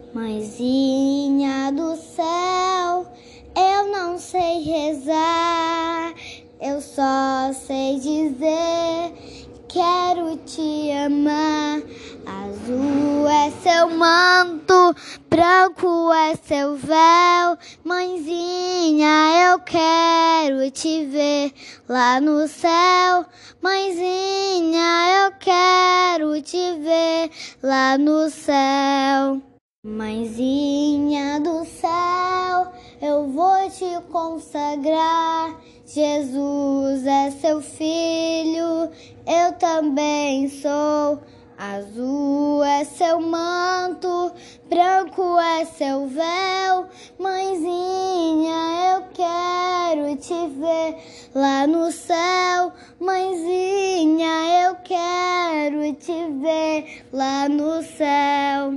Mãezinha do céu, eu não sei rezar, eu só sei dizer, quero te amar. Azul é seu manto, branco é seu véu. Mãezinha, eu quero te ver lá no céu. Mãezinha, eu quero te ver lá no céu. Mãezinha do céu, eu vou te consagrar. Jesus é seu filho, eu também sou. Azul é seu manto, branco é seu véu. Mãezinha, eu quero te ver lá no céu. Mãezinha, eu quero te ver lá no céu.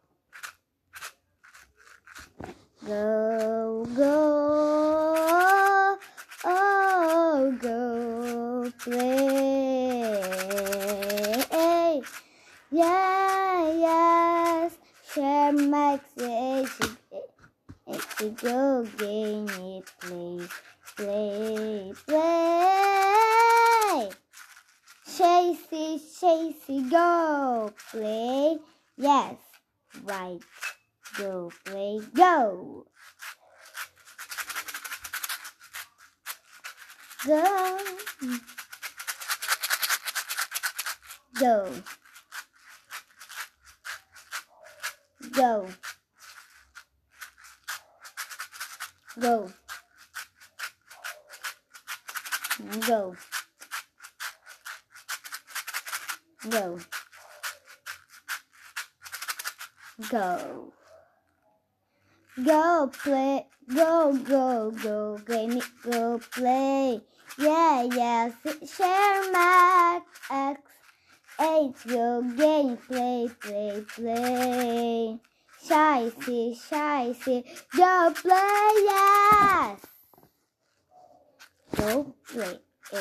Go, go, oh, go play. Yeah, yes, share makes it go game it play. Chase, go play. Yes, right. Go play, go. Go. Go. Go. Go. Go. Go. Go. Go play, go, game it, go play. Yeah, yes, share Max X8, go game, play. Chase, go play, yes. Go play,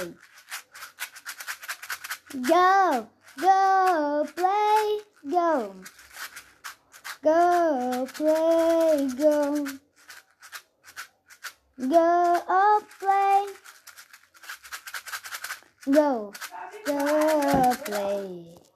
Go play, go. Go play, go. Go play. Go play.